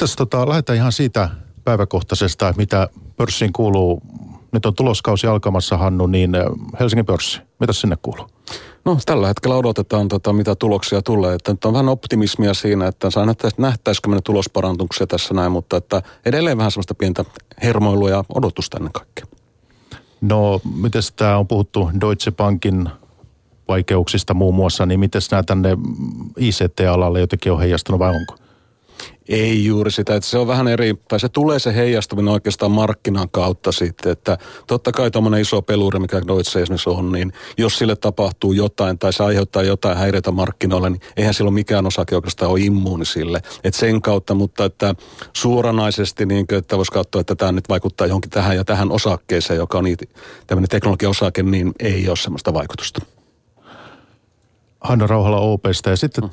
Mitäs lähdetään ihan siitä päiväkohtaisesta, mitä pörssiin kuuluu. Nyt on tuloskausi alkamassa, Hannu, niin Helsingin pörssi. Mitäs sinne kuuluu? No tällä hetkellä odotetaan, mitä tuloksia tulee. Että nyt on vähän optimismia siinä, että nähtäisikö me tulosparantuksia tässä näin, mutta että edelleen vähän sellaista pientä hermoilua ja odotusta ennen kaikkea. No, miten tämä on puhuttu Deutsche Bankin vaikeuksista muun muassa, niin miten nämä tänne ICT-alalle jotenkin on heijastunut vai onko? Ei juuri sitä, että se on vähän eri, tai se tulee se heijastuminen oikeastaan markkinan kautta sitten, että totta kai tuommoinen iso peluri, mikä Deutsche esimerkiksi on, niin jos sille tapahtuu jotain tai se aiheuttaa jotain häiriötä markkinoille, niin eihän silloin mikään osake oikeastaan ole immuuni sille. Että sen kautta, mutta että suoranaisesti, niin kuin, että voisi katsoa, että tämä nyt vaikuttaa johonkin tähän ja tähän osakkeeseen, joka on tämmöinen teknologiaosake, niin ei ole semmoista vaikutusta. Hannu Rauhala OP:sta ja sitten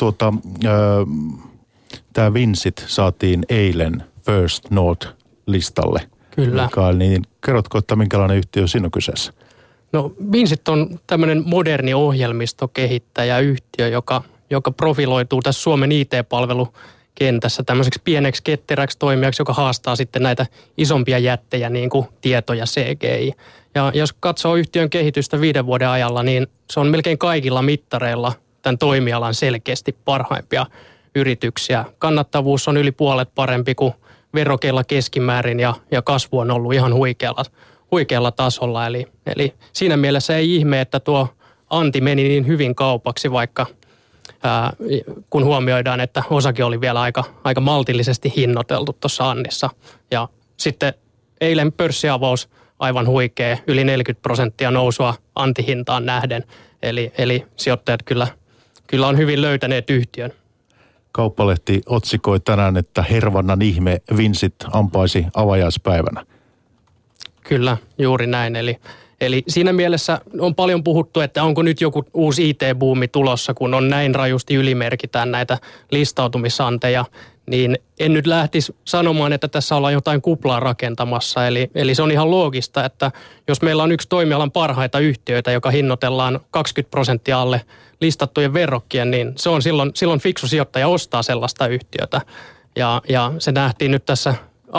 tämä Vincit saatiin eilen First North-listalle. Kyllä. Mikael, niin kerrotko, että minkälainen yhtiö siinä on kyseessä? No Vincit on tämmöinen moderni ohjelmistokehittäjäyhtiö, joka profiloituu tässä Suomen IT-palvelukentässä tämmöiseksi pieneksi ketteräksi toimijaksi, joka haastaa sitten näitä isompia jättejä niin kuin Tieto ja CGI. Ja jos katsoo yhtiön kehitystä 5 vuoden ajalla, niin se on melkein kaikilla mittareilla tämän toimialan selkeästi parhaimpia yrityksiä. Kannattavuus on yli puolet parempi kuin verrokeilla keskimäärin ja kasvu on ollut ihan huikealla tasolla. Eli siinä mielessä ei ihme, että tuo anti meni niin hyvin kaupaksi, vaikka kun huomioidaan, että osake oli vielä aika maltillisesti hinnoiteltu tuossa annissa. Ja sitten eilen pörssiavaus aivan huikea, yli 40% nousua antihintaan nähden. Eli sijoittajat kyllä on hyvin löytäneet yhtiön. Kauppalehti otsikoi tänään, että hervannan ihme Vincit ampaisi avajaispäivänä. Kyllä, juuri näin. Eli siinä mielessä on paljon puhuttu, että onko nyt joku uusi IT-buumi tulossa, kun on näin rajusti ylimerkitään näitä listautumisanteja, niin en nyt lähtisi sanomaan, että tässä ollaan jotain kuplaa rakentamassa. Eli se on ihan loogista, että jos meillä on yksi toimialan parhaita yhtiöitä, joka hinnoitellaan 20% alle listattujen verrokkien, niin se on silloin fiksu sijoittaja ostaa sellaista yhtiötä. Ja se nähtiin nyt tässä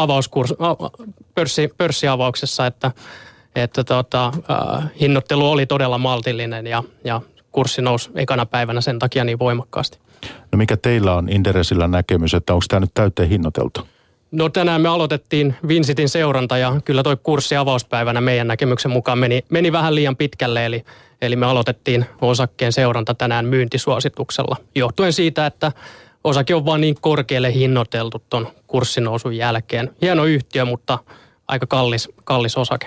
pörssiavauksessa, että hinnoittelu oli todella maltillinen ja kurssi nousi ekana päivänä sen takia niin voimakkaasti. No mikä teillä on Inderesillä näkemys, että onko tämä nyt täyteen hinnoiteltu? No tänään me aloitettiin Vincitin seuranta ja kyllä toi kurssi avauspäivänä meidän näkemyksen mukaan meni vähän liian pitkälle. Eli me aloitettiin osakkeen seuranta tänään myyntisuosituksella johtuen siitä, että osake on vaan niin korkealle hinnoiteltu ton kurssinousun jälkeen. Hieno yhtiö, mutta aika kallis osake.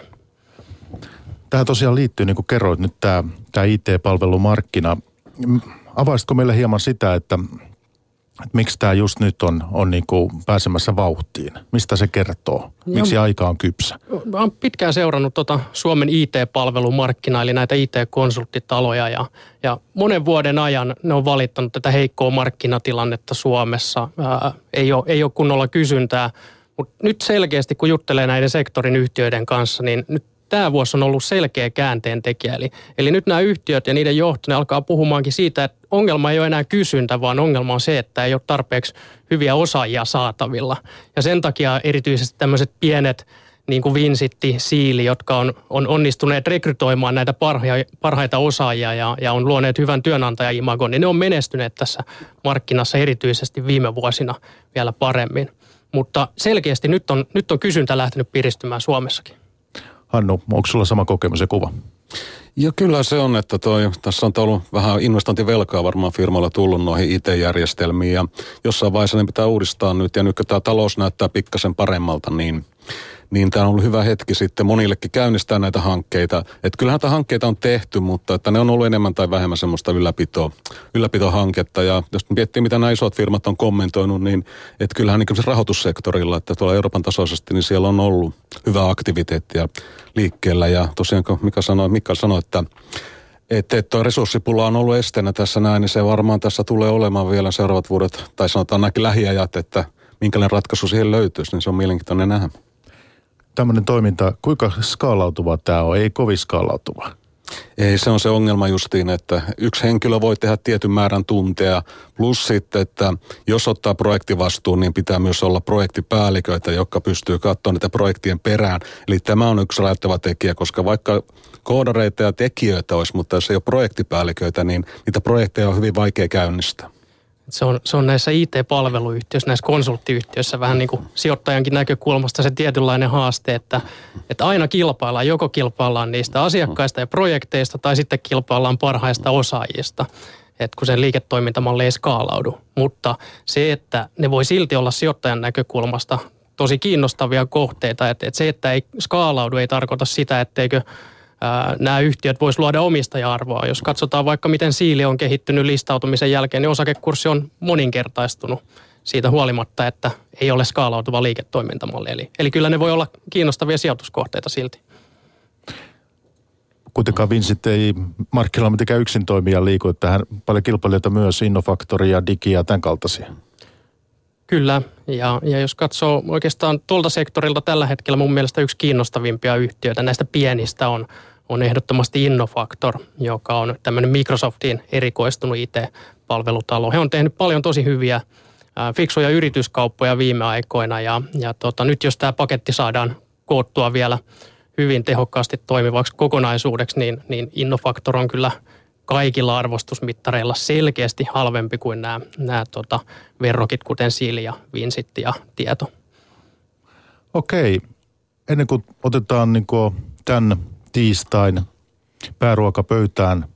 Tähän tosiaan liittyy, niin kuin kerroit nyt tämä IT-palvelumarkkina. Avaisitko meille hieman sitä, että miksi tämä just nyt on niin kuin pääsemässä vauhtiin? Mistä se kertoo? Miksi aika on kypsä? Mä oon pitkään seurannut Suomen IT-palvelumarkkinaa, eli näitä IT-konsulttitaloja. Ja monen vuoden ajan ne on valittanut tätä heikkoa markkinatilannetta Suomessa. Ei ole kunnolla kysyntää. Mutta nyt selkeästi, kun juttelee näiden sektorin yhtiöiden kanssa, niin nyt tämä vuosi on ollut selkeä käänteentekijä. Eli nyt nämä yhtiöt ja niiden johto, ne alkaa puhumaankin siitä, että ongelma ei ole enää kysyntä, vaan ongelma on se, että ei ole tarpeeksi hyviä osaajia saatavilla. Ja sen takia erityisesti tämmöiset pienet, niin kuin Vincitti, Siili, jotka on onnistuneet rekrytoimaan näitä parhaita osaajia ja on luoneet hyvän työnantaja-imagon, niin ne on menestyneet tässä markkinassa erityisesti viime vuosina vielä paremmin. Mutta selkeästi nyt on kysyntä lähtenyt piristymään Suomessakin. Hannu, onko sulla sama kokemus ja kuva? Ja kyllä se on, että tässä on ollut vähän investointivelkaa varmaan firmalla tullut noihin IT-järjestelmiin ja jossain vaiheessa ne pitää uudistaa nyt ja nyt kun tämä talous näyttää pikkasen paremmalta, niin tämä on ollut hyvä hetki sitten monillekin käynnistää näitä hankkeita. Että kyllähän näitä hankkeita on tehty, mutta että ne on ollut enemmän tai vähemmän semmoista ylläpitohanketta. Ja jos miettii, mitä nämä isot firmat on kommentoinut, niin että kyllähän niin rahoitussektorilla, että tuolla Euroopan tasoisesti, niin siellä on ollut hyvää aktiviteettia liikkeellä. Ja tosiaan, kun Mikael sanoi, että tuo resurssipula on ollut esteenä tässä näin, niin se varmaan tässä tulee olemaan vielä seuraavat vuodet, tai sanotaan näkin lähiajat, että minkälainen ratkaisu siihen löytyisi, niin se on mielenkiintoinen nähdä. Tämmöinen toiminta, kuinka skaalautuvaa tämä on? Ei kovin skaalautuvaa. Ei, se on se ongelma justiin, että yksi henkilö voi tehdä tietyn määrän tunteja, plus sitten, että jos ottaa projektivastuun, niin pitää myös olla projektipäälliköitä, jotka pystyy katsomaan niitä projektien perään. Eli tämä on yksi rajoittava tekijä, koska vaikka koodareita ja tekijöitä olisi, mutta jos ei ole projektipäälliköitä, niin niitä projekteja on hyvin vaikea käynnistää. Se on näissä IT-palveluyhtiöissä, näissä konsulttiyhtiöissä vähän niin kuin sijoittajankin näkökulmasta se tietynlainen haaste, että aina joko kilpaillaan niistä asiakkaista ja projekteista tai sitten kilpaillaan parhaista osaajista, että kun se liiketoimintamalli ei skaalaudu. Mutta se, että ne voi silti olla sijoittajan näkökulmasta tosi kiinnostavia kohteita, että se, että ei skaalaudu, ei tarkoita sitä, etteikö nämä yhtiöt voisi luoda omistaja-arvoa. Jos katsotaan vaikka miten Siili on kehittynyt listautumisen jälkeen, niin osakekurssi on moninkertaistunut siitä huolimatta, että ei ole skaalautuva liiketoimintamalli. Eli kyllä ne voi olla kiinnostavia sijoituskohteita silti. Kuitenkaan Vincit ei markkinoilla mitenkään yksin toimia liiku, että tähän paljon kilpailijoita myös, Innofactory ja Digi ja tämän kaltaisia. Kyllä, ja jos katsoo oikeastaan tuolta sektorilta tällä hetkellä mun mielestä yksi kiinnostavimpia yhtiöitä näistä pienistä on ehdottomasti Innofactor, joka on tämmöinen Microsoftiin erikoistunut IT-palvelutalo. He on tehnyt paljon tosi hyviä fiksuja yrityskauppoja viime aikoina ja nyt jos tämä paketti saadaan koottua vielä hyvin tehokkaasti toimivaksi kokonaisuudeksi, niin Innofactor on kyllä kaikilla arvostusmittareilla selkeästi halvempi kuin nämä verrokit, kuten Siili ja Vincit ja Tieto. Okei. Ennen kuin otetaan tämän tiistain pääruokapöytään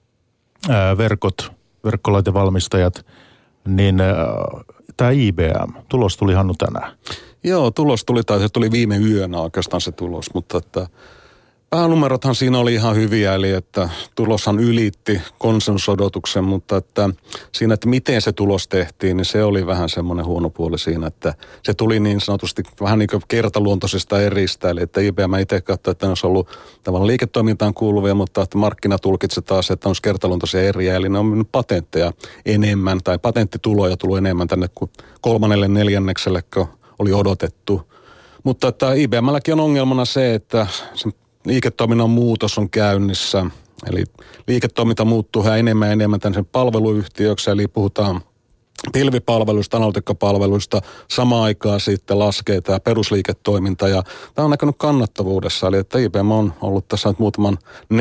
verkkolaitevalmistajat, niin tämä IBM, tulos tuli Hannu tänään. Joo, tulos tuli, tai se tuli viime yönä oikeastaan se tulos, mutta että päänumerothan siinä oli ihan hyviä, eli että tuloshan ylitti konsensusodotuksen, mutta että siinä, että miten se tulos tehtiin, niin se oli vähän semmoinen huono puoli siinä, että se tuli niin sanotusti vähän niin kuin kertaluontoisista eristä, eli että IBM itse katsoi, että ne olisi ollut tavallaan liiketoimintaan kuuluvia, mutta että markkina tulkitsi taas, että on kertaluontoisia eriä, eli ne on mennyt patentteja enemmän, tai patenttituloja tullut enemmän tänne kuin 3/4, kun oli odotettu. Mutta että IBM:lläkin on ongelmana se, että se liiketoiminnan muutos on käynnissä, eli liiketoiminta muuttuu enemmän ja enemmän tämän palveluyhtiöksi, eli puhutaan pilvipalveluista, analytiikkapalveluista, samaan aikaan sitten laskee tämä perusliiketoiminta, ja tämä on näkynyt kannattavuudessa, eli että IBM on ollut tässä nyt muutaman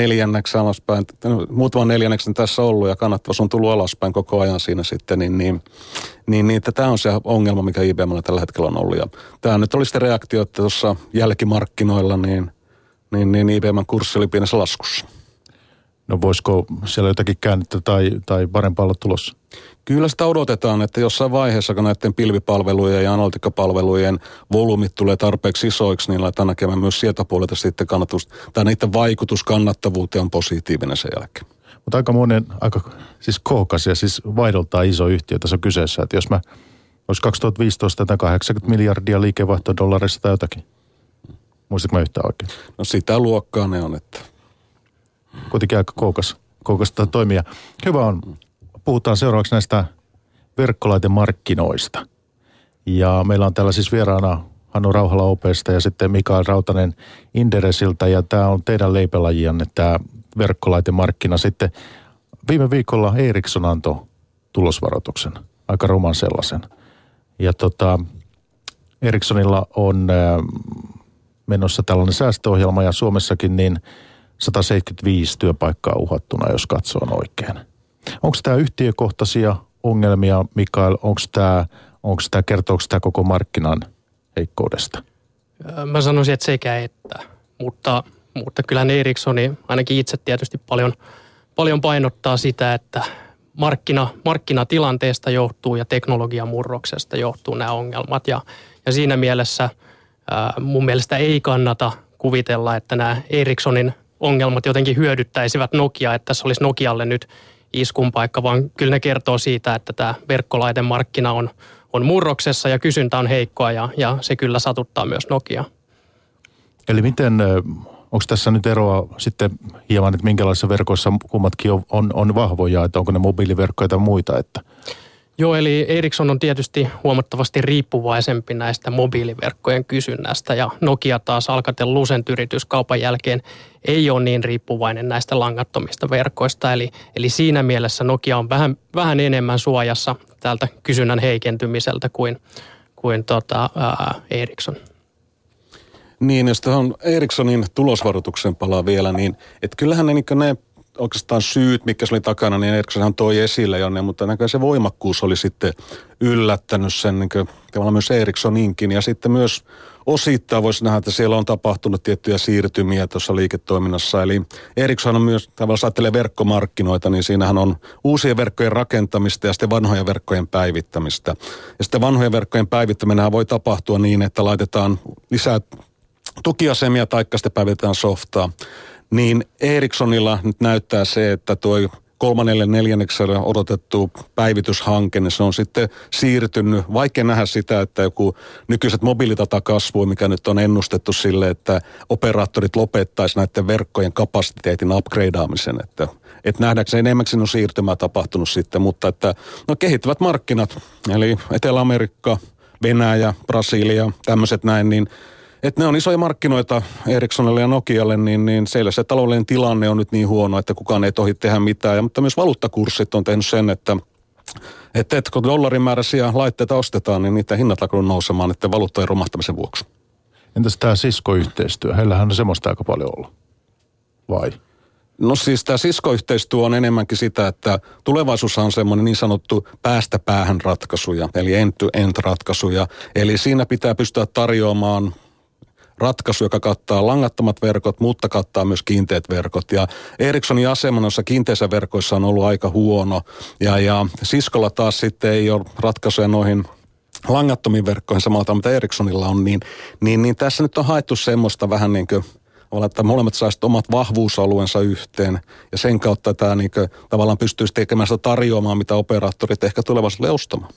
neljänneksen tässä ollut, ja kannattavuus on tullut alaspäin koko ajan siinä sitten, niin tämä on se ongelma, mikä IBM:llä tällä hetkellä on ollut, ja tämä nyt oli sitten reaktio, että tuossa jälkimarkkinoilla, niin IBM:n kurssi oli pienessä laskussa. No voisiko siellä jotakin käännettä tai parempaa olla tulossa? Kyllä sitä odotetaan, että jossain vaiheessa, kun näiden pilvipalvelujen ja analytiikkapalvelujen volyymit tulee tarpeeksi isoiksi, niin laitetaan näkemään myös sieltä puolelta sitten kannattavuus, tai niiden vaikutus kannattavuuteen on positiivinen sen jälkeen. Mutta aika siis kookas ja siis vaihdoltaan iso yhtiö tässä on kyseessä, että jos mä olisi 2015 tai 80 miljardia liikevaihtoa dollarissa tai jotakin. Muistatko mä yhtään oikein? No sitä luokkaa ne on, että kuitenkin aika koukasta toimia. Hyvä on. Puhutaan seuraavaksi näistä verkkolaitemarkkinoista. Ja meillä on täällä siis vieraana Hannu Rauhala OP:sta ja sitten Mikael Rautanen Inderesiltä. Ja tämä on teidän leipälajionne, tämä verkkolaitemarkkina. Sitten viime viikolla Ericsson antoi tulosvaroituksen, aika ruman sellaisen. Ja Ericssonilla on menossa tällainen säästöohjelma ja Suomessakin niin 175 työpaikkaa uhattuna, jos katsoo oikein. Onko tämä yhtiökohtaisia ongelmia, Mikael? Kertooko tämä koko markkinan heikkoudesta? Mä sanoisin, että sekä että, mutta kyllä Ericssoni ainakin itse tietysti paljon painottaa sitä, että markkinatilanteesta johtuu ja teknologian murroksesta johtuu nämä ongelmat. Ja siinä mielessä mun mielestä ei kannata kuvitella, että nämä Ericssonin ongelmat jotenkin hyödyttäisivät Nokiaa, että tässä olisi Nokialle nyt iskun paikka, vaan kyllä ne kertoo siitä, että tämä verkkolaitemarkkina on murroksessa ja kysyntä on heikkoa ja se kyllä satuttaa myös Nokiaa. Eli onko tässä nyt eroa sitten hieman, että minkälaisissa verkoissa kummatkin on vahvoja, että onko ne mobiiliverkkoja tai muita? Että Joo, eli Ericsson on tietysti huomattavasti riippuvaisempi näistä mobiiliverkkojen kysynnästä ja Nokia taas Alcatel-Lucent yrityskaupan jälkeen ei ole niin riippuvainen näistä langattomista verkoista. Eli siinä mielessä Nokia on vähän enemmän suojassa tältä kysynnän heikentymiseltä kuin Ericsson. Niin, jos tuohon Ericssonin tulosvaroituksen palaa vielä, niin että kyllähän ne oikeastaan syyt, mitkä se oli takana, niin Ericssonhan toi esille jo ne, mutta näköjään se voimakkuus oli sitten yllättänyt sen niin tavallaan myös Ericssoninkin. Ja sitten myös osittain voisi nähdä, että siellä on tapahtunut tiettyjä siirtymiä tuossa liiketoiminnassa. Eli Ericsson on myös tavallaan, ajattelee verkkomarkkinoita, niin siinähän on uusien verkkojen rakentamista ja sitten vanhojen verkkojen päivittämistä. Ja sitten vanhojen verkkojen päivittäminen voi tapahtua niin, että laitetaan lisää tukiasemia taikka sitten päivitetään softaa. Niin Ericssonilla nyt näyttää se, että tuo 3.4. odotettu päivityshanke, niin se on sitten siirtynyt. Vaikea nähdä sitä, että joku nykyiset mobiilidata kasvua, mikä nyt on ennustettu sille, että operaattorit lopettaisi näiden verkkojen kapasiteetin upgradeaamisen. Että nähdääkseni enemmänkin on siirtymää tapahtunut sitten, mutta että kehittyvät markkinat, eli Etelä-Amerikka, Venäjä, Brasilia, tämmöiset näin, niin että ne on isoja markkinoita Ericssonille ja Nokialle, niin siellä se taloudellinen tilanne on nyt niin huono, että kukaan ei tohi tehdä mitään. Mutta myös valuuttakurssit on tehnyt sen, että kun dollarin määräisiä laitteita ostetaan, niin niiden hinnat alkaa nousemaan niiden valuuttojen romahtamisen vuoksi. Entäs tämä Cisco-yhteistyö? Heillähän on semmoista aika paljon ollut. Vai? No siis tämä Cisco-yhteistyö on enemmänkin sitä, että tulevaisuus on semmoinen niin sanottu päästä päähän ratkaisuja, eli end-to-end ratkaisuja. Eli siinä pitää pystyä tarjoamaan ratkaisu, joka kattaa langattomat verkot, mutta kattaa myös kiinteät verkot. Ja Ericssonin asema noissa kiinteissä verkoissa on ollut aika huono. Ja Ciscolla taas sitten ei ole ratkaisuja noihin langattomiin verkkoihin samalta, mitä Ericssonilla on. Niin tässä nyt on haettu semmoista vähän niin kuin, että molemmat saisivat omat vahvuusalueensa yhteen. Ja sen kautta tämä niin kuin, tavallaan pystyisi tekemään sitä tarjoamaan, mitä operaattorit ehkä tulevaisuudelle ostamaan.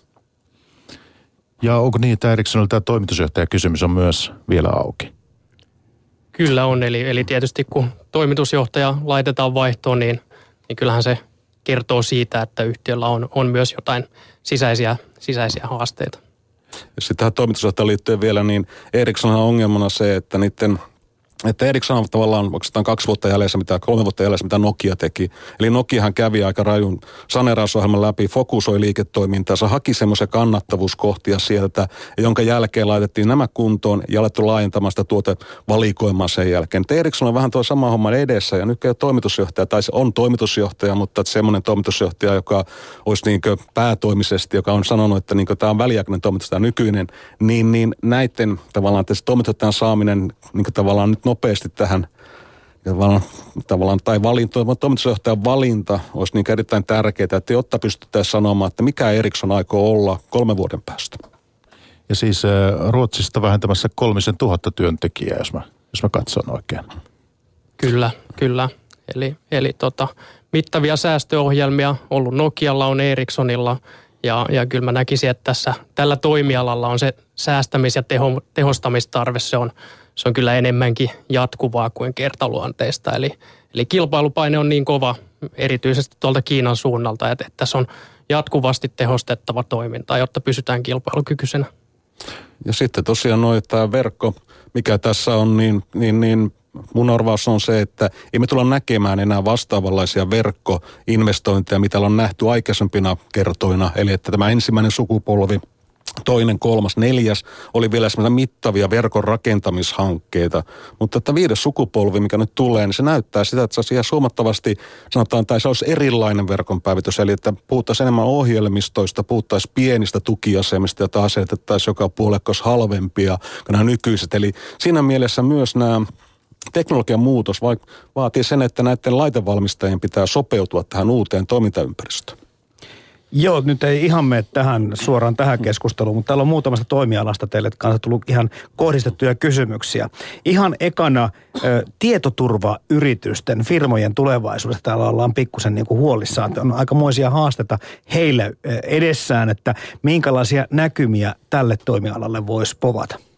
Ja onko niin, että Ericssonilla tämä toimitusjohtajakysymys on myös vielä auki? Kyllä on, eli tietysti kun toimitusjohtaja laitetaan vaihtoon, niin kyllähän se kertoo siitä, että yhtiöllä on myös jotain sisäisiä haasteita. Ja sitten tähän toimitusjohtajaan liittyen vielä, niin Ericsson on ongelmana se, että Ericsson on tavallaan oikeastaan 3 vuotta jäljessä, mitä Nokia teki. Eli Nokiahan kävi aika rajun saneerausohjelman läpi, fokusoi liiketoimintaansa, haki semmoisia kannattavuuskohtia sieltä, jonka jälkeen laitettiin nämä kuntoon ja alettu laajentamaan sitä tuotevalikoimaa sen jälkeen. Ericsson on vähän tuo sama homma edessä ja nyt ei ole toimitusjohtaja, tai se on toimitusjohtaja, mutta semmoinen toimitusjohtaja, joka olisi niin päätoimisesti, joka on sanonut, että niin tämä on väliaikainen toimitusjohtaja nykyinen, niin näiden tavallaan tässä toimitusjohtajan saaminen niin tavallaan nyt nopeasti tähän tavallaan tai toimitusjohtajan valinta olisi niin erittäin tärkeää, että jotta pystyttäisiin sanomaan, että mikä Ericsson aikoo olla 3 vuoden päästä. Ja siis Ruotsista vähentämässä 3,000 työntekijää, jos mä katson oikein. Kyllä. Eli mittavia säästöohjelmia ollut Nokialla, on Ericssonilla ja kyllä mä näkisin, että tällä toimialalla on se säästämis- ja tehostamistarve, se on kyllä enemmänkin jatkuvaa kuin kertaluonteista. Eli kilpailupaine on niin kova, erityisesti tuolta Kiinan suunnalta, että tässä on jatkuvasti tehostettava toimintaa, jotta pysytään kilpailukykyisenä. Ja sitten tosiaan tämä verkko, mikä tässä on, niin mun arvaus on se, että ei me tulla näkemään enää vastaavanlaisia verkkoinvestointeja, mitä on nähty aikaisempina kertoina. Eli että tämä ensimmäinen sukupolvi, 2., 3., 4. oli vielä semmoisia mittavia verkon rakentamishankkeita. Mutta että 5. sukupolvi, mikä nyt tulee, niin se näyttää sitä, että se olisi huomattavasti, sanotaan, tai se olisi erilainen verkon päivitys. Eli että puhuttaisiin enemmän ohjelmistoista, puhuttaisiin pienistä tukiasemista, joita asetettaisiin joka puolekos halvempia kuin nämä nykyiset. Eli siinä mielessä myös nämä teknologian muutos vaatii sen, että näiden laitevalmistajien pitää sopeutua tähän uuteen toimintaympäristöön. Joo, nyt ei ihan mene suoraan tähän keskusteluun, mutta täällä on muutamasta toimialasta teille kanssa tullut ihan kohdistettuja kysymyksiä. Ihan ekana tietoturvayritysten, firmojen tulevaisuudesta täällä ollaan pikkusen niin kuin huolissaan. On aikamoisia haasteita heille edessään, että minkälaisia näkymiä tälle toimialalle voisi povata?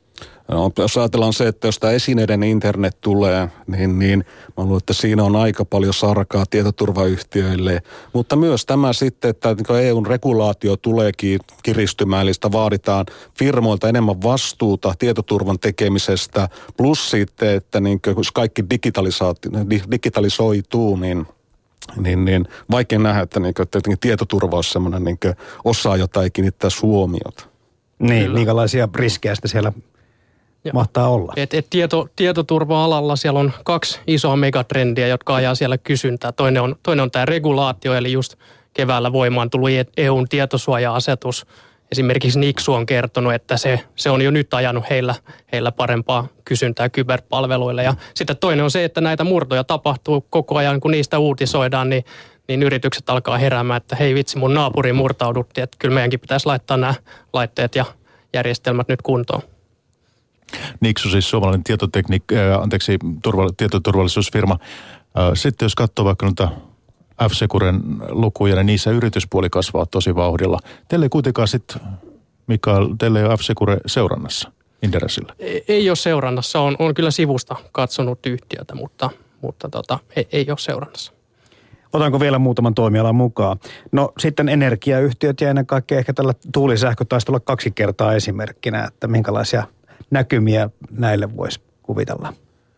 No, jos ajatellaan se, että jos tämä esineiden internet tulee, niin mä luulen, että siinä on aika paljon sarkaa tietoturvayhtiöille. Mutta myös tämä sitten, että EUn regulaatio tuleekin kiristymään, eli sitä vaaditaan firmoilta enemmän vastuuta tietoturvan tekemisestä, plus sitten, että niin jos kaikki digitalisoituu, niin vaikea nähdä, että tietoturva on semmoinen osa, jota ei kiinnittää huomiota. Niin, minkälaisia riskejä sitten siellä mahtaa olla. Tietoturva-alalla siellä on 2 isoa megatrendiä, jotka ajaa siellä kysyntää. Toinen on tämä regulaatio, eli just keväällä voimaan tullut EUn tietosuoja-asetus. Esimerkiksi Niksu on kertonut, että se on jo nyt ajanut heillä parempaa kysyntää kyberpalveluille. Ja sitten toinen on se, että näitä murtoja tapahtuu koko ajan, kun niistä uutisoidaan, niin yritykset alkaa heräämään, että hei vitsi, mun naapuriin murtauduttiin, että kyllä meidänkin pitäisi laittaa nämä laitteet ja järjestelmät nyt kuntoon. Niksu siis suomalainen tietoturvallisuusfirma. Sitten jos katsoo vaikka noita F-Securen lukuja, niin niissä yrityspuoli kasvaa tosi vauhdilla. Teillä ei kuitenkaan sitten, Mikael, teillä ei ole F-Secure seurannassa Inderesillä? Ei ole seurannassa. On kyllä sivusta katsonut yhtiötä, mutta ei ole seurannassa. Otanko vielä muutaman toimialan mukaan? No sitten energiayhtiöt ja ennen kaikkea ehkä tällä tuulisähkö taisi olla 2 kertaa esimerkkinä, että minkälaisia näkymiä näille voisi kuvitella.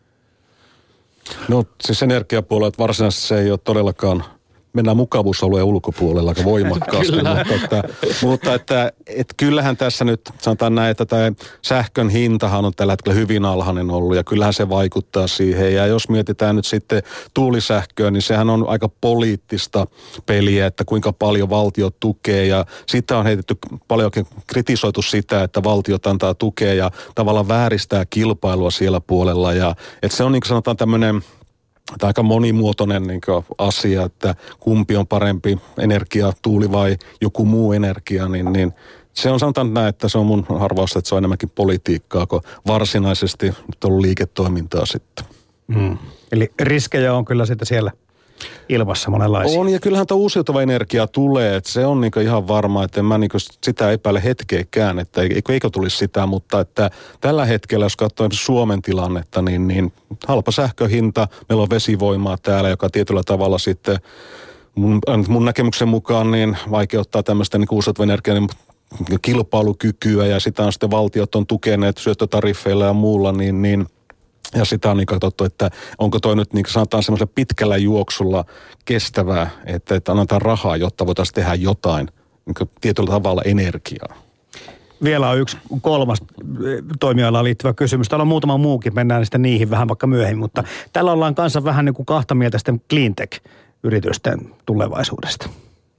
No siis energiapuolella varsinaisesti se ei ole todellakaan, mennään mukavuusalueen ulkopuolella aika voimakkaasti, mutta että kyllähän tässä nyt sanotaan näin, että tämä sähkön hintahan on tällä hetkellä hyvin alhainen ollut ja kyllähän se vaikuttaa siihen. Ja jos mietitään nyt sitten tuulisähköä, niin sehän on aika poliittista peliä, että kuinka paljon valtio tukee ja sitä on heitetty paljonkin kritisoitu sitä, että valtiot antaa tukea ja tavallaan vääristää kilpailua siellä puolella ja että se on niin kuin sanotaan tämmöinen aika monimuotoinen asia, että kumpi on parempi energia, tuuli vai joku muu energia, niin se on sanotaan näin, että se on mun arvaus, että se on enemmänkin politiikkaa, kun varsinaisesti nyt on ollut liiketoimintaa sitten. Eli riskejä on kyllä sitten siellä ilmassa monenlaisia. On, ja kyllähän tuo uusiutuva energia tulee, että se on ihan varma, että en mä sitä epäile hetkeäkään, että eikö tulisi sitä, mutta että tällä hetkellä, jos katsoo Suomen tilannetta, niin halpa sähköhinta, meillä on vesivoimaa täällä, joka tietyllä tavalla sitten mun näkemyksen mukaan niin vaikeuttaa tämmöistä uusiutuvan energian kilpailukykyä, ja sitä on sitten valtiot on tukeneet syöttötariffeilla ja muulla, niin ja sitä on katsottu, että onko toi nyt sanotaan semmoisella pitkällä juoksulla kestävää, että annetaan rahaa, jotta voitaisiin tehdä jotain tietyllä tavalla energiaa. Vielä on 1 kolmas toimialaan liittyvä kysymys. Täällä on muutama muukin, mennään sitten niihin vähän vaikka myöhemmin, mutta täällä ollaan kanssa vähän niin kuin kahta mieltä sitten cleantech-yritysten tulevaisuudesta.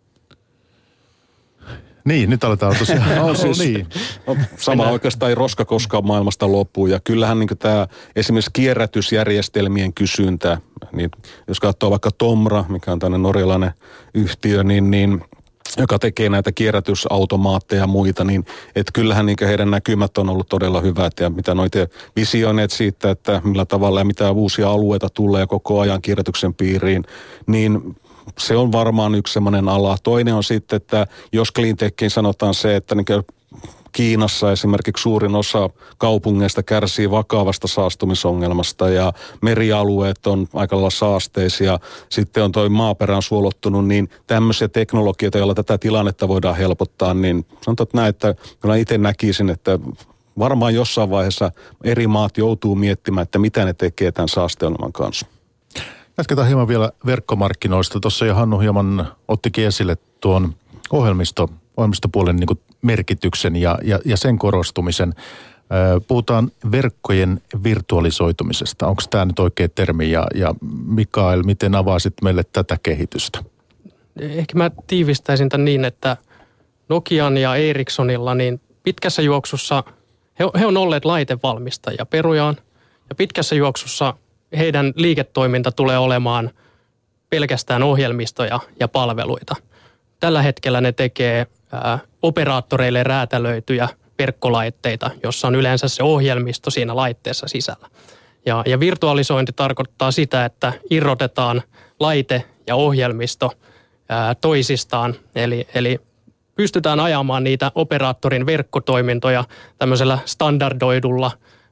Niin, nyt aletaan tosiaan. Sama oikeastaan ei roska koskaan maailmasta loppuu. Ja kyllähän tämä esimerkiksi kierrätysjärjestelmien kysyntä, niin jos katsoo vaikka Tomra, mikä on tämmöinen norjalainen yhtiö, niin joka tekee näitä kierrätysautomaatteja ja muita, niin että kyllähän heidän näkymät on ollut todella hyvät ja mitä noita visioineet siitä, että millä tavalla ja mitä uusia alueita tulee koko ajan kierrätyksen piiriin, niin se on varmaan yksi semmoinen ala. Toinen on sitten, että jos cleantechin sanotaan se, että Kiinassa esimerkiksi suurin osa kaupungeista kärsii vakavasta saastumisongelmasta ja merialueet on aika lailla saasteisia. Sitten on toi maaperän suolottunut, niin tämmöisiä teknologioita, joilla tätä tilannetta voidaan helpottaa, niin sanotaan näin, että kyllä itse näkisin, että varmaan jossain vaiheessa eri maat joutuu miettimään, että mitä ne tekee tämän saasteongelman kanssa. Jatketaan hieman vielä verkkomarkkinoista. Tuossa jo Hannu hieman ottikin esille tuon ohjelmistopuolen merkityksen ja sen korostumisen. Puhutaan verkkojen virtualisoitumisesta. Onko tämä nyt oikea termi? Ja Mikael, miten avaisit meille tätä kehitystä? Ehkä mä tiivistäisin tämän niin, että Nokian ja Ericssonilla niin pitkässä juoksussa, he on olleet laitevalmistajia perujaan, ja pitkässä juoksussa heidän liiketoiminta tulee olemaan pelkästään ohjelmistoja ja palveluita. Tällä hetkellä ne tekee operaattoreille räätälöityjä verkkolaitteita, jossa on yleensä se ohjelmisto siinä laitteessa sisällä. Ja virtualisointi tarkoittaa sitä, että irrotetaan laite ja ohjelmisto toisistaan, eli pystytään ajamaan niitä operaattorin verkkotoimintoja tämmöisellä standardoidulla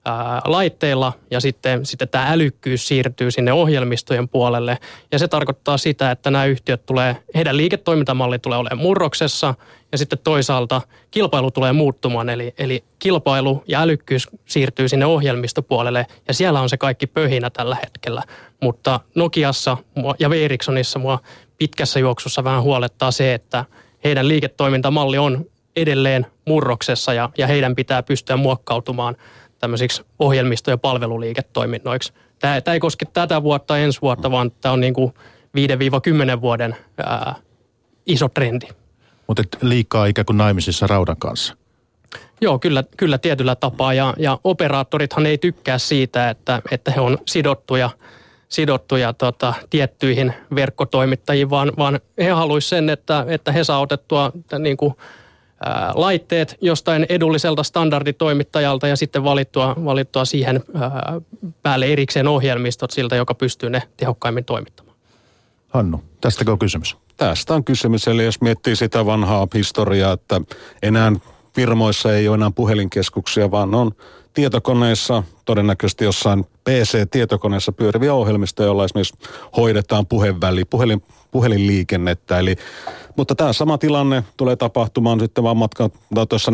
laitteilla ja sitten tämä älykkyys siirtyy sinne ohjelmistojen puolelle. Ja se tarkoittaa sitä, että nämä yhtiöt heidän liiketoimintamalli tulee olemaan murroksessa ja sitten toisaalta kilpailu tulee muuttumaan. Eli kilpailu ja älykkyys siirtyy sinne ohjelmistopuolelle ja siellä on se kaikki pöhinä tällä hetkellä. Mutta Nokiassa ja Ericssonissa mua pitkässä juoksussa vähän huolettaa se, että heidän liiketoimintamalli on edelleen murroksessa ja heidän pitää pystyä muokkautumaan tämmöisiksi ohjelmisto- ja palveluliiketoiminnoiksi. Tämä ei koske tätä vuotta, ensi vuotta, vaan tämä on niin kuin 5-10 vuoden iso trendi. Mutta liikaa ikään kuin naimisissa raudan kanssa. Joo, kyllä tietyllä tapaa. Ja operaattorithan ei tykkää siitä, että he on sidottuja tiettyihin verkkotoimittajiin, vaan he haluaisivat sen, että he saa otettua niin kuin laitteet jostain edulliselta standarditoimittajalta ja sitten valittua siihen päälle erikseen ohjelmistot siltä, joka pystyy ne tehokkaimmin toimittamaan. Hannu, tästäkö on kysymys? Tästä on kysymys, eli jos miettii sitä vanhaa historiaa, että enää firmoissa ei ole enää puhelinkeskuksia, vaan on tietokoneissa, todennäköisesti jossain PC-tietokoneessa pyöriviä ohjelmistoja, joilla esimerkiksi hoidetaan puhelinliikennettä. Mutta tämä sama tilanne tulee tapahtumaan sitten vaan tuossa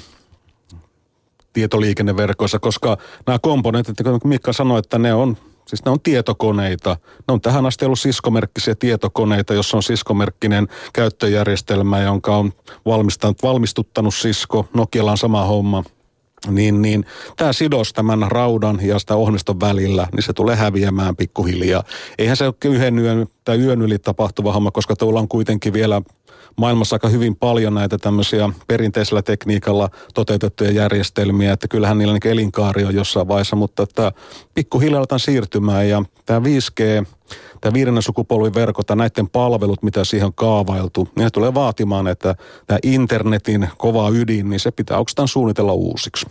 tietoliikenneverkoissa, koska nämä komponentit, kun Mikka sanoi, että ne on tietokoneita. Ne on tähän asti ollut Cisco-merkkisiä tietokoneita, jossa on Cisco-merkkinen käyttöjärjestelmä, jonka on valmistuttanut Cisco. Nokialla on sama homma. Niin tämä sidos tämän raudan ja sitä ohjelmiston välillä, niin se tulee häviämään pikkuhiljaa. Eihän se ole yön yli tapahtuva homma, koska tuolla on kuitenkin vielä maailmassa aika hyvin paljon näitä tämmöisiä perinteisellä tekniikalla toteutettuja järjestelmiä, että kyllähän niillä niin elinkaari on jossain vaiheessa, mutta että pikkuhiljaa aletaan siirtymään ja tämä 5G, tämä 5. sukupolvin verkot ja näiden palvelut, mitä siihen on kaavailtu, niin ne tulee vaatimaan, että tämä internetin kova ydin, niin se pitää oikeastaan suunnitella uusiksi.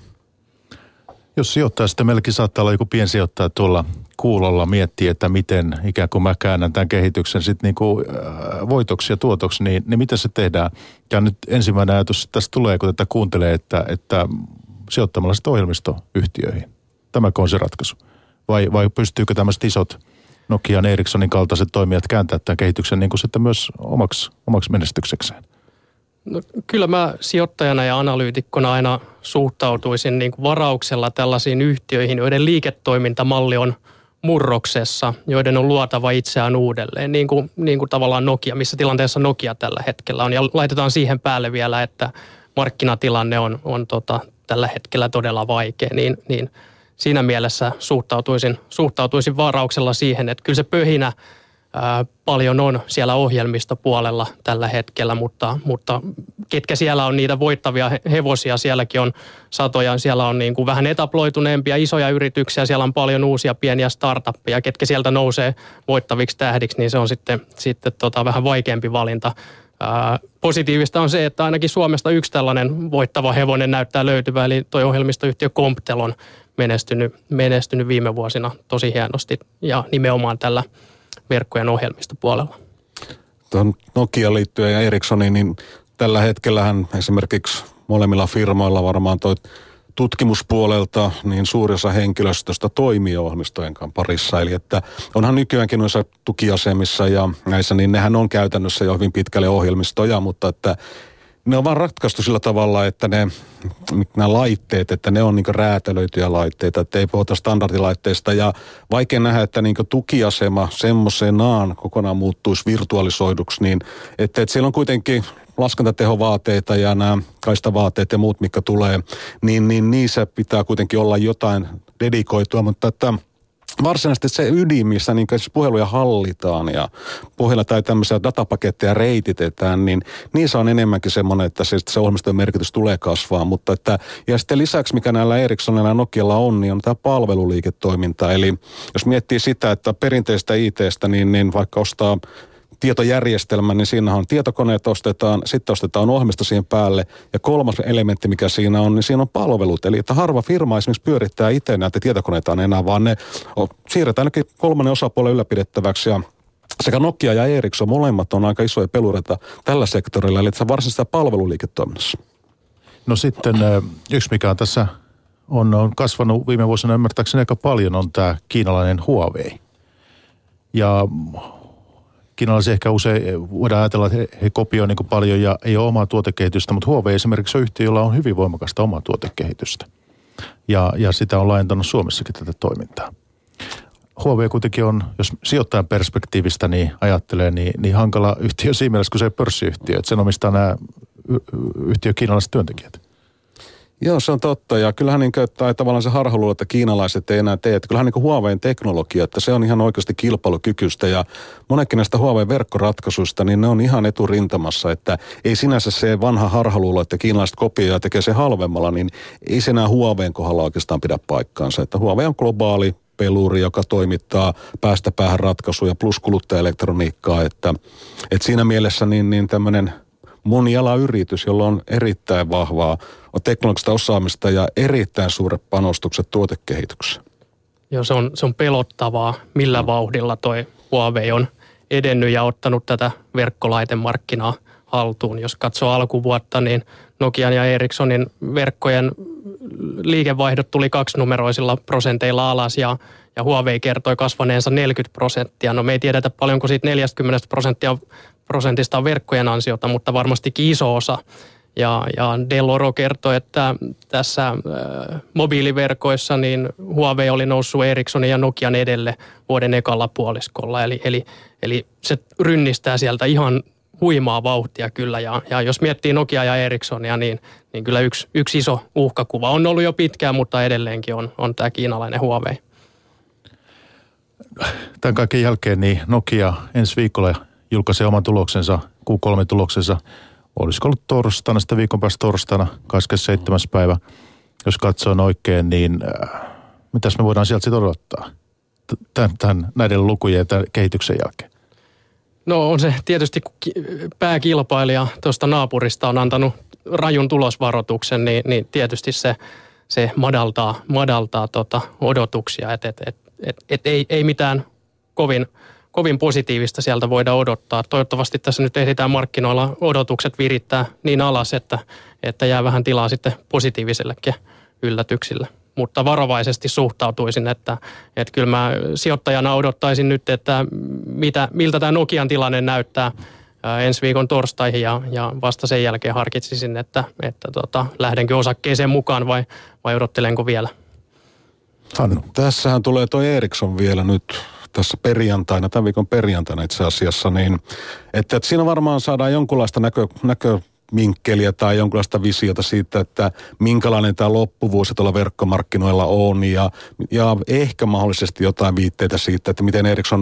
Jos sijoittaa, sitten meilläkin saattaa olla joku piensijoittaja tuolla kuulolla miettiä, että miten ikään kuin mä käännän tämän kehityksen sitten niin kuin voitoksi ja tuotoksi, niin miten se tehdään? Ja nyt ensimmäinen ajatus tässä tulee, kun tätä kuuntelee, että sijoittamalla sitten ohjelmistoyhtiöihin. Tämäkö on se ratkaisu? Vai pystyykö tämmöiset isot Nokian, Ericssonin kaltaiset toimijat kääntämään tämän kehityksen niin kuin sitten myös omaksi menestyksekseen? No, kyllä mä sijoittajana ja analyytikkona aina suhtautuisin niin kuin varauksella tällaisiin yhtiöihin, joiden liiketoimintamalli on murroksessa, joiden on luotava itseään uudelleen, niin kuin tavallaan Nokia, missä tilanteessa Nokia tällä hetkellä on. Ja laitetaan siihen päälle vielä, että markkinatilanne on tällä hetkellä todella vaikea, niin siinä mielessä suhtautuisin varauksella siihen, että kyllä se pöhinä paljon on siellä ohjelmistopuolella tällä hetkellä, mutta ketkä siellä on niitä voittavia hevosia, sielläkin on satoja, siellä on niin kuin vähän etaploituneempia isoja yrityksiä, siellä on paljon uusia pieniä startuppeja, ketkä sieltä nousee voittaviksi tähdiksi, niin se on sitten vähän vaikeampi valinta. Positiivista on se, että ainakin Suomesta yksi voittava hevonen näyttää löytyvää, eli tuo ohjelmistoyhtiö Comptel on menestynyt viime vuosina tosi hienosti ja nimenomaan tällä verkkojen ohjelmistopuolella. Tuohon Nokia liittyen ja Ericssoniin, niin tällä hetkellähän esimerkiksi molemmilla firmoilla varmaan toi tutkimuspuolelta niin suuri osa henkilöstöstä toimii ohjelmistojen parissa. Eli että onhan nykyäänkin noissa tukiasemissa ja näissä, niin nehän on käytännössä jo hyvin pitkälle ohjelmistoja, mutta että ne on vaan ratkaistu sillä tavalla, että nämä laitteet, että ne on niin räätälöityjä laitteita, että ei puhuta standardilaitteista. Ja vaikea nähdä, että niin tukiasema semmoisenaan kokonaan muuttuisi virtualisoiduksi, niin että siellä on kuitenkin laskentatehovaateita ja nämä kaistavaateet ja muut, mitkä tulee, niin niissä pitää kuitenkin olla jotain dedikoitua, mutta että varsinaisesti se ydin, missä niin puheluja hallitaan ja puhella tai tämmöisiä datapaketteja reititetään, niin niissä on enemmänkin semmoinen, että se ohjelmistojen merkitys tulee kasvaa. Mutta että, ja sitten lisäksi, mikä näillä Ericssonilla ja Nokialla on, niin on tämä palveluliiketoiminta. Eli jos miettii sitä, että perinteistä IT:stä, niin vaikka ostaa tietojärjestelmä, niin siinähän tietokoneet ostetaan, sitten ostetaan ohjelmisto siihen päälle. Ja kolmas elementti, mikä siinä on, niin siinä on palvelut. Eli että harva firma esimerkiksi pyörittää itse näitä tietokoneita enää, vaan ne siirretään ainakin kolmannen osapuolen ylläpidettäväksi. Ja sekä Nokia ja Ericsson molemmat on aika isoja pelureita tällä sektorilla, eli se varsinaisesti palveluliiketoiminnassa. No sitten yksi, mikä on tässä on kasvanut viime vuosina ymmärtääkseni aika paljon, on tämä kiinalainen Huawei. Ja kiinalaisia ehkä usein voidaan ajatella, että he kopioivat niin paljon ja ei ole omaa tuotekehitystä, mutta Huawei esimerkiksi on yhtiö, jolla on hyvin voimakasta omaa tuotekehitystä. Ja sitä on laajentanut Suomessakin tätä toimintaa. Huawei kuitenkin on, jos sijoittajan perspektiivistä niin ajattelee, niin hankala yhtiö siinä mielessä, kun se ei pörssiyhtiö, että sen omistaa nämä yhtiön kiinalaiset työntekijät. Joo, se on totta. Ja kyllähän tai tavallaan se harhaluulo, että kiinalaiset ei enää tee. Että kyllähän Huawein teknologia, että se on ihan oikeasti kilpailukykyistä. Ja monetkin näistä Huawein verkkoratkaisuista, niin ne on ihan eturintamassa. Että ei sinänsä se vanha harhaluulo, että kiinalaiset kopioivat ja tekee se halvemmalla, niin ei se enää Huawein kohdalla oikeastaan pidä paikkaansa. Että Huawei on globaali peluri, joka toimittaa päästä päähän ratkaisuja plus kuluttajaelektroniikkaa. Että siinä mielessä niin tämmöinen monialayritys, jolla on erittäin vahvaa teknologista osaamista ja erittäin suuret panostukset tuotekehityksessä. Joo, se on pelottavaa, millä vauhdilla toi Huawei on edennyt ja ottanut tätä verkkolaitemarkkinaa haltuun. Jos katsoo alkuvuotta, niin Nokian ja Ericssonin verkkojen liikevaihdot tuli 2-numeroisilla prosenteilla alas ja Huawei kertoi kasvaneensa 40%. No me ei tiedetä paljonko siitä 40% on verkkojen ansiota, mutta varmastikin iso osa. Ja Dell'Oro kertoi, että tässä mobiiliverkoissa niin Huawei oli noussut Ericssonin ja Nokian edelle vuoden ekalla puoliskolla. Eli se rynnistää sieltä ihan huimaa vauhtia kyllä. Ja jos miettii Nokia ja Ericssonia, niin kyllä yksi iso uhkakuva on ollut jo pitkään, mutta edelleenkin on tämä kiinalainen Huawei. Tämän kaiken jälkeen niin Nokia ensi viikolla julkaisee oman tuloksensa, Q3-tuloksensa. Olisiko ollut torstaina, sitten viikon päästä torstaina, 27. päivä. Jos katsoo oikein, niin mitäs me voidaan sieltä sitten odottaa näiden lukujen ja tämän kehityksen jälkeen? No on se tietysti, kun pääkilpailija tuosta naapurista on antanut rajun tulosvaroituksen, niin tietysti se madaltaa odotuksia, että ei mitään kovin positiivista sieltä voida odottaa. Toivottavasti tässä nyt ehditään markkinoilla odotukset virittää niin alas, että jää vähän tilaa sitten positiivisellekin yllätyksille. Mutta varovaisesti suhtautuisin, että kyllä mä sijoittajana odottaisin nyt, että miltä tämä Nokian tilanne näyttää ensi viikon torstaihin ja vasta sen jälkeen harkitsisin, että lähdenkö osakkeeseen mukaan vai odottelenko vielä. Hannu. Tässähän tulee toi Ericsson vielä nyt tässä perjantaina, tämän viikon perjantaina itse asiassa, niin että siinä varmaan saadaan jonkunlaista näkövinkkeliä tai jonkunlaista visiota siitä, että minkälainen tämä loppuvuosi tuolla verkkomarkkinoilla on ja ehkä mahdollisesti jotain viitteitä siitä, että miten Ericsson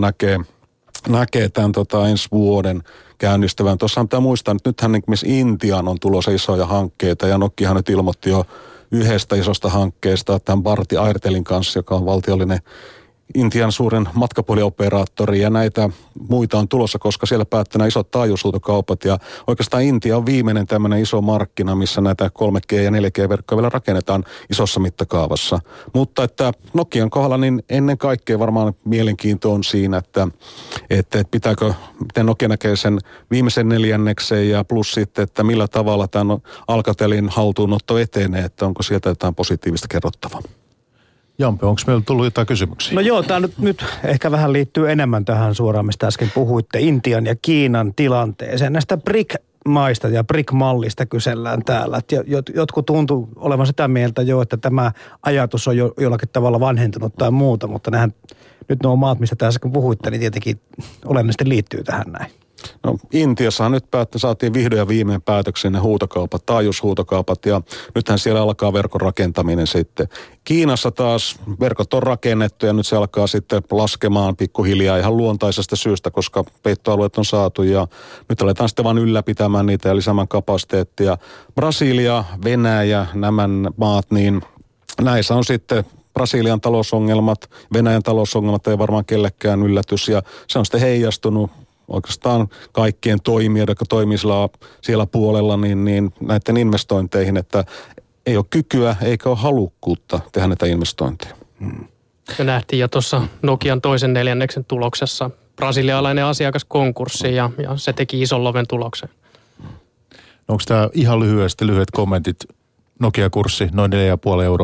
näkee tämän ensi vuoden käynnistävän. Tuossahan pitää muistaa, että nythän missä Intiaan on tulossa isoja hankkeita ja Nokiahan nyt ilmoitti jo yhdestä isosta hankkeesta tämän Bharti Airtelin kanssa, joka on valtiollinen Intian suuren matkapuhelioperaattori ja näitä muita on tulossa, koska siellä päättää nämä isot taajuushuutokaupat ja oikeastaan Intia on viimeinen tämmöinen iso markkina, missä näitä 3G ja 4G-verkkoja vielä rakennetaan isossa mittakaavassa. Mutta että Nokian kohdalla niin ennen kaikkea varmaan mielenkiinto on siinä, että pitääkö, miten Nokia näkee sen viimeisen neljänneksen ja plus sitten, että millä tavalla tämän Alcatelin haltuunotto etenee, että onko sieltä jotain positiivista kerrottavaa. Jampe, onko meillä tullut jotain kysymyksiä? No joo, tämä nyt ehkä vähän liittyy enemmän tähän suoraan, mistä äsken puhuitte, Intian ja Kiinan tilanteeseen. Näistä BRIC-maista ja BRIC-mallista kysellään täällä. Jotkut tuntuu olevan sitä mieltä jo, että tämä ajatus on jollakin tavalla vanhentunut tai muuta, mutta nyt nuo maat, mistä tässä kun puhuitte, niin tietenkin olennaisesti liittyy tähän näin. No Intiassahan nyt saatiin vihdoin ja viimein päätöksen ne huutokaupat, taajuushuutokaupat ja nythän siellä alkaa verkon rakentaminen sitten. Kiinassa taas verkot on rakennettu ja nyt se alkaa sitten laskemaan pikkuhiljaa ihan luontaisesta syystä, koska peittoalueet on saatu ja nyt aletaan sitten vaan ylläpitämään niitä ja lisäämään kapasiteettia. Brasilia, Venäjä, nämä maat, niin näissä on sitten Brasilian talousongelmat, Venäjän talousongelmat ei varmaan kellekään yllätys ja se on sitten heijastunut oikeastaan kaikkien toimijoiden, jotka toimii siellä puolella, niin näiden investointeihin, että ei ole kykyä eikä ole halukkuutta tehdä näitä investointeja. Me nähtiin jo tuossa Nokian toisen neljänneksen tuloksessa brasilialainen asiakas konkurssi ja se teki ison loven tuloksen. Onko tämä ihan lyhyet kommentit? Nokia-kurssi noin 4,5 €.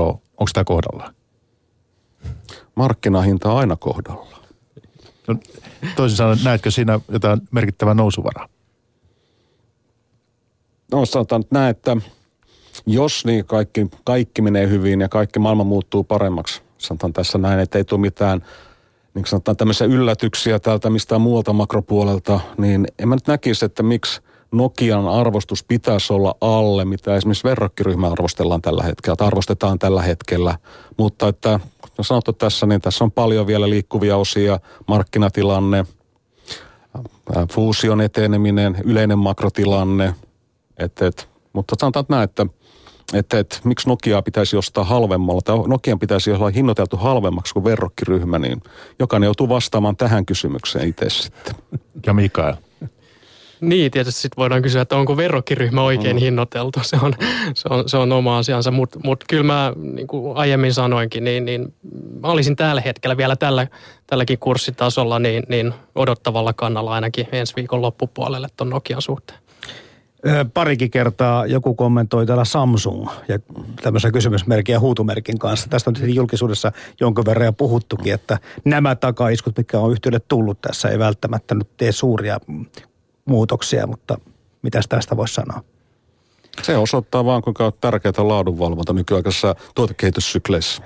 Onko tämä kohdallaan? Markkinahinta on aina kohdallaan. No, toisin sanoen, näetkö siinä jotain merkittävää nousuvaraa? No sanotaan nyt näin, että jos niin kaikki menee hyvin ja kaikki maailma muuttuu paremmaksi, sanotaan tässä näin, että ei tule mitään niin sanotaan tämmöisiä yllätyksiä täältä mistään muualta makropuolelta, niin en mä nyt näkisi, että miksi Nokian arvostus pitäisi olla alle, mitä esimerkiksi verrokkiryhmä arvostellaan tällä hetkellä, tai arvostetaan tällä hetkellä. Mutta että no sanottu tässä, niin tässä on paljon vielä liikkuvia osia, markkinatilanne, fuusion eteneminen, yleinen makrotilanne, mutta sanotaan näin, että miksi Nokiaa pitäisi ostaa halvemmalla, tai Nokian pitäisi olla hinnoiteltu halvemmaksi kuin verrokkiryhmä, niin jokainen joutuu vastaamaan tähän kysymykseen itse sitten. Ja Mikael? Niin, tietysti sitten voidaan kysyä, että onko verrokkiryhmä oikein hinnoiteltu. Se on oma asiansa, mutta kyllä mä, niin kuin aiemmin sanoinkin, niin mä olisin tällä hetkellä vielä tälläkin kurssitasolla niin odottavalla kannalla ainakin ensi viikon loppupuolelle ton Nokian suhteen. Parikin kertaa joku kommentoi täällä Samsung ja tämmöisen kysymysmerkin ja huutomerkin kanssa. Tästä on julkisuudessa jonkun verran jo puhuttukin, että nämä takaiskut, mitkä on yhtiölle tullut tässä, ei välttämättä nyt tee suuria muutoksia, mutta mitäs tästä voisi sanoa? Se osoittaa vaan, kuinka tärkeää on laadunvalvonta nykyaikaisessa tuotekehityssykleissä.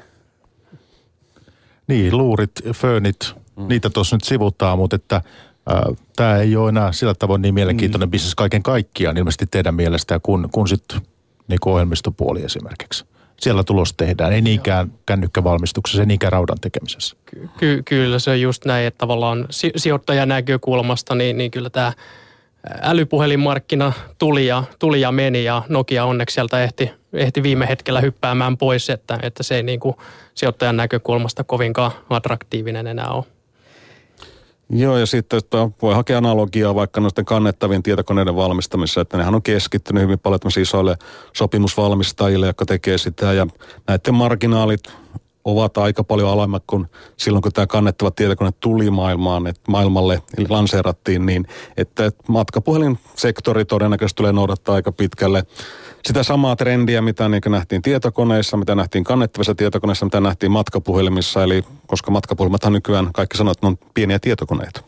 Niin, luurit, föönit, niitä tuossa nyt sivutaan, mutta että tämä ei ole enää sillä tavoin niin mielenkiintoinen bisnes kaiken kaikkiaan ilmeisesti teidän mielestään, kun sitten niin ohjelmistopuoli esimerkiksi. Siellä tulos tehdään, ei niinkään kännykkävalmistuksessa, ei niinkään raudan tekemisessä. Kyllä se on just näin, että tavallaan sijoittajan näkökulmasta, niin kyllä tämä älypuhelinmarkkina tuli ja meni ja Nokia onneksi sieltä ehti viime hetkellä hyppäämään pois, että se ei niin kuin sijoittajan näkökulmasta kovinkaan attraktiivinen enää ole. Joo, ja sitten voi hakea analogiaa vaikka noiden kannettavien tietokoneiden valmistamisessa, että nehän on keskittynyt hyvin paljon tämmöisiä isoille sopimusvalmistajille, jotka tekee sitä, ja näiden marginaalit ovat aika paljon alemmat kuin silloin, kun tämä kannettava tietokone tuli maailmalle, eli lanseerattiin, niin että matkapuhelinsektori todennäköisesti tulee noudattaa aika pitkälle sitä samaa trendiä, mitä niin nähtiin tietokoneissa, mitä nähtiin kannettavissa tietokoneissa, mitä nähtiin matkapuhelimissa, eli koska matkapuhelimathan nykyään kaikki sanoo, että ne on pieniä tietokoneita.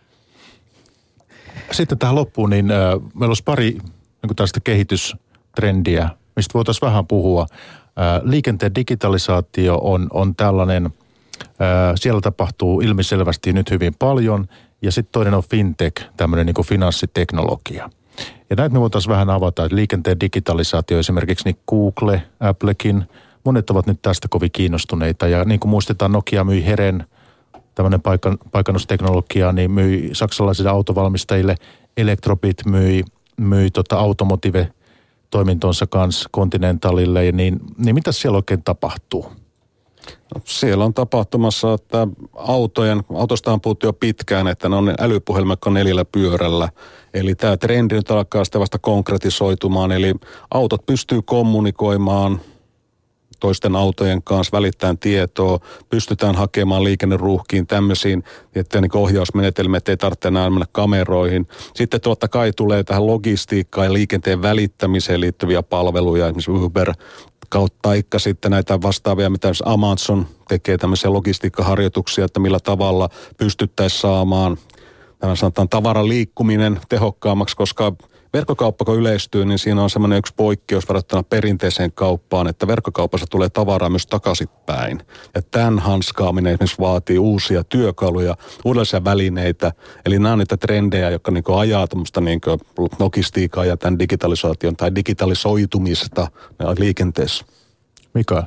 Sitten tähän loppuun, niin meillä olisi pari niin tällaista kehitystrendiä, mistä voitaisiin vähän puhua. Liikenteen digitalisaatio on tällainen, siellä tapahtuu ilmiselvästi nyt hyvin paljon, ja sitten toinen on fintech, tämmöinen niin kuin finanssiteknologia. Ja näitä me voitaisiin vähän avata, että liikenteen digitalisaatio esimerkiksi niin Google, Applekin, monet ovat nyt tästä kovin kiinnostuneita. Ja niin kuin muistetaan, Nokia myi Heren, tämmöinen paikannusteknologia, niin myi saksalaisille autovalmistajille, Electrobit myi Automotive-toimintonsa kanssa Continentalille, niin mitäs siellä oikein tapahtuu? No, siellä on tapahtumassa, että autosta on puhuttu jo pitkään, että ne on älypuhelimet 4 pyörällä. Eli tämä trendi nyt alkaa sitä vasta konkretisoitumaan, eli autot pystyy kommunikoimaan toisten autojen kanssa, välittämään tietoa, pystytään hakemaan liikenneruuhkiin tämmöisiin, että niin ohjausmenetelmät ei tarvitse enää mennä kameroihin. Sitten totta kai tulee tähän logistiikkaan ja liikenteen välittämiseen liittyviä palveluja, esimerkiksi Uber kautta sitten näitä vastaavia, mitä Amazon tekee tämmöisiä logistiikkaharjoituksia, että millä tavalla pystyttäisiin saamaan sanotaan tavaran liikkuminen tehokkaammaksi, koska verkkokauppa kun yleistyy, niin siinä on semmoinen yksi poikkeus verrattuna perinteiseen kauppaan, että verkkokaupassa tulee tavaraa myös takaisinpäin. Ja tämän hanskaaminen esimerkiksi vaatii uusia työkaluja, uudenlaisia välineitä. Eli nämä on niitä trendejä, jotka niin ajaa tämmöistä niin logistiikkaa ja tämän digitalisaation tai digitalisoitumista liikenteessä. Mikael?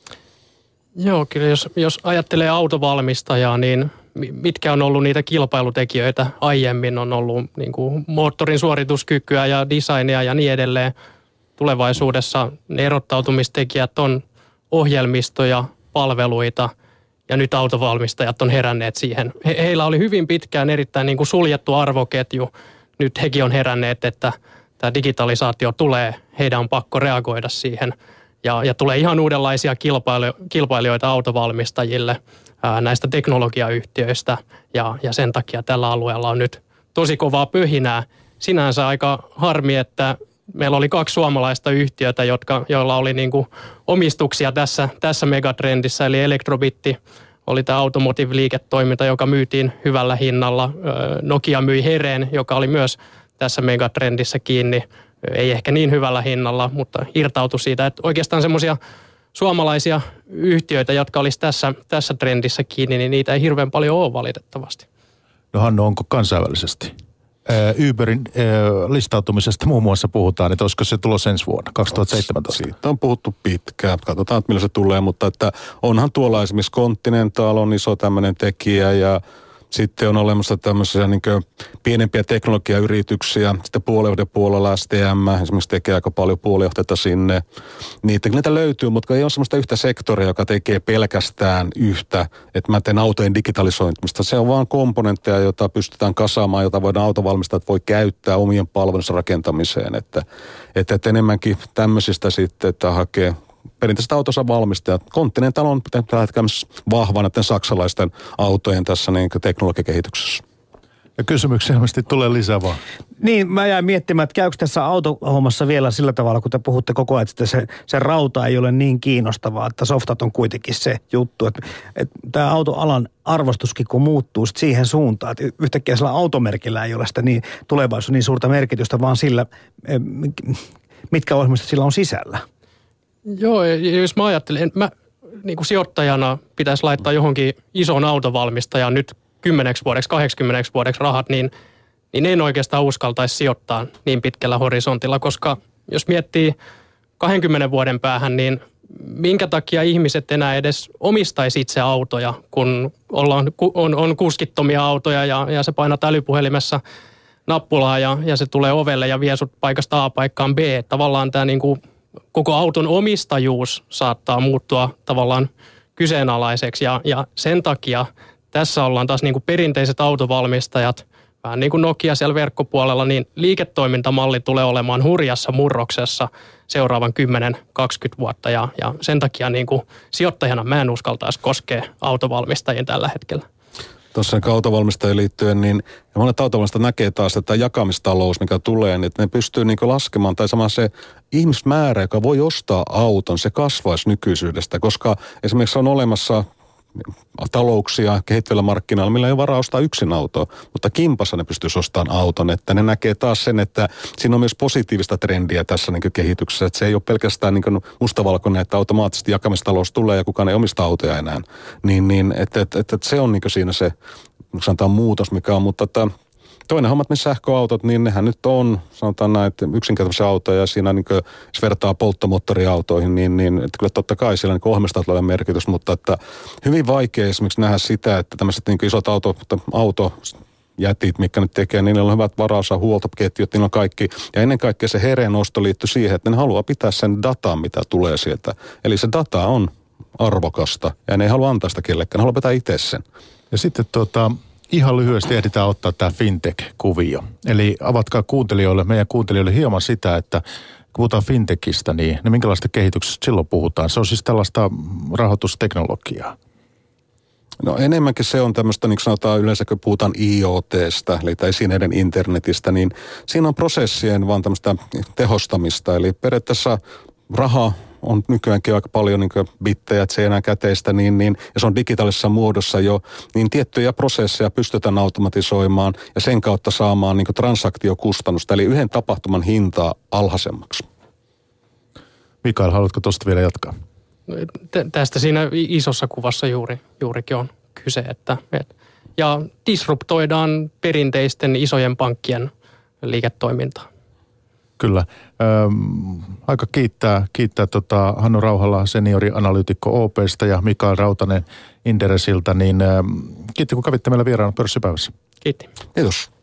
Joo, kyllä jos ajattelee autovalmistajaa, niin mitkä on ollut niitä kilpailutekijöitä aiemmin, on ollut niin kuin moottorin suorituskykyä ja designia ja niin edelleen. Tulevaisuudessa ne erottautumistekijät on ohjelmistoja, palveluita ja nyt autovalmistajat on heränneet siihen. Heillä oli hyvin pitkään erittäin niin kuin suljettu arvoketju. Nyt hekin on heränneet, että tämä digitalisaatio tulee, heidän on pakko reagoida siihen. Ja tulee ihan uudenlaisia kilpailijoita autovalmistajille näistä teknologiayhtiöistä ja sen takia tällä alueella on nyt tosi kovaa pöhinää. Sinänsä aika harmi, että meillä oli 2 suomalaista yhtiötä, joilla oli niin kuin omistuksia tässä megatrendissä, eli Elektrobitti oli tämä automotive-liiketoiminta, joka myytiin hyvällä hinnalla. Nokia myi Hereen, joka oli myös tässä megatrendissä kiinni. Ei ehkä niin hyvällä hinnalla, mutta irtautui siitä, että oikeastaan semmoisia suomalaisia yhtiöitä, jotka olisi tässä trendissä kiinni, niin niitä ei hirveän paljon ole valitettavasti. No Hannu, onko kansainvälisesti? Uberin listautumisesta muun muassa puhutaan, että olisiko se tulos ensi vuonna, 2017? Siitä on puhuttu pitkään. Katsotaan, että millä se tulee, mutta että onhan tuolla esimerkiksi Continental on iso tämmöinen tekijä ja sitten on olemassa tämmöisiä niin kuin pienempiä teknologiayrityksiä. Sitten puolella STM esimerkiksi tekee aika paljon puolijohteita sinne. Niitä löytyy, mutta ei ole semmoista yhtä sektoria, joka tekee pelkästään yhtä, että mä teen autojen digitalisointimista. Se on vaan komponentteja, joita pystytään kasaamaan, jota voidaan autovalmistajat voi käyttää omien palvelunsa rakentamiseen. Että enemmänkin tämmöisistä sitten, että hakee perinteiset autonsa valmistajat. Continental on tällä hetkellä vahvana tämän saksalaisten autojen tässä niin teknologiakehityksessä. Ja kysymyksiä ilmeisesti tulee lisää vaan. Niin, mä jäin miettimään, että käykö tässä autohommassa vielä sillä tavalla, kun te puhutte koko ajan, että se rauta ei ole niin kiinnostavaa, että softat on kuitenkin se juttu, että tämä autoalan arvostuskin kun muuttuu siihen suuntaan, että yhtäkkiä sillä automerkillä ei ole sitä niin tulevaisuudessa niin suurta merkitystä, vaan sillä, mitkä ohjelmistot sillä on sisällä. Joo, jos mä ajattelen, mä niin kuin sijoittajana pitäisi laittaa johonkin isoon autovalmistajaan nyt 10 vuodeksi, 80 vuodeksi rahat, niin en oikeastaan uskaltaisi sijoittaa niin pitkällä horisontilla, koska jos miettii 20 vuoden päähän, niin minkä takia ihmiset enää edes omistaisi itse autoja, kun on kuskittomia autoja ja se painat älypuhelimessa nappulaa ja se tulee ovelle ja vie sut paikasta A paikkaan B. Tavallaan tämä niin kuin koko auton omistajuus saattaa muuttua tavallaan kyseenalaiseksi ja sen takia tässä ollaan taas niin kuin perinteiset autovalmistajat, vähän niin kuin Nokia siellä verkkopuolella, niin liiketoimintamalli tulee olemaan hurjassa murroksessa seuraavan 10-20 vuotta ja sen takia niin kuin sijoittajana mä en uskaltaisi koskea autovalmistajien tällä hetkellä. Tuossa autovalmistajien liittyen, niin monet autovalmistajat näkee taas, että jakamistalous, mikä tulee, niin että ne pystyy niin laskemaan, tai sama se ihmismäärä, joka voi ostaa auton, se kasvaisi nykyisyydestä, koska esimerkiksi on olemassa talouksia kehittyvillä markkinoilla, millä ei ole varaa ostaa yksin autoa, mutta kimpassa ne pystyisi ostamaan auton, että ne näkee taas sen, että siinä on myös positiivista trendiä tässä niin kehityksessä, että se ei ole pelkästään niin mustavalkoinen, että automaattisesti jakamistalous tulee ja kukaan ei omista autoja enää, niin että se on niin siinä se sanotaan muutos, mikä on, mutta toinen hommat, missä sähköautot, niin nehän nyt on, sanotaan näitä yksinkertaisia autoja, ja siinä niin kuin, jos vertaa polttomoottoriautoihin, niin että kyllä totta kai siellä niin ohjelmistoilla on merkitys, mutta että hyvin vaikea esimerkiksi nähdä sitä, että tämmöiset niin isot autojätit, mitkä nyt tekee, niin niillä on hyvät varaus- ja huoltoketjut, niillä on kaikki, ja ennen kaikkea se hereen osto liittyy siihen, että ne haluaa pitää sen datan, mitä tulee sieltä. Eli se data on arvokasta, ja ne ei halua antaa sitä kellekään, ne haluaa pitää itse sen. Ja sitten ihan lyhyesti ehditään ottaa tämä fintech-kuvio. Eli avatkaa meidän kuuntelijoille hieman sitä, että kun puhutaan fintechistä, niin minkälaista kehityksestä silloin puhutaan? Se on siis tällaista rahoitusteknologiaa. No enemmänkin se on tämmöistä, niin kuin sanotaan yleensä, kun puhutaan IoTstä, eli esineiden internetistä, niin siinä on prosessien vaan tämmöistä tehostamista. Eli periaatteessa raha on nykyäänkin aika paljon niin bittejä, että se ei enää käteistä, ja se on digitaalisessa muodossa jo, niin tiettyjä prosesseja pystytään automatisoimaan ja sen kautta saamaan niin transaktiokustannusta, eli yhden tapahtuman hintaa alhaisemmaksi. Mikael, haluatko tuosta vielä jatkaa? Tästä siinä isossa kuvassa juurikin on kyse, ja disruptoidaan perinteisten isojen pankkien liiketoimintaa. Kyllä. Aika kiittää Hannu Rauhala, seniorianalyytikko OP:sta ja Mikael Rautanen Inderesiltä, niin kiitti kun kävitte meillä vieraana pörssipäivässä. Kiitti. Kiitos.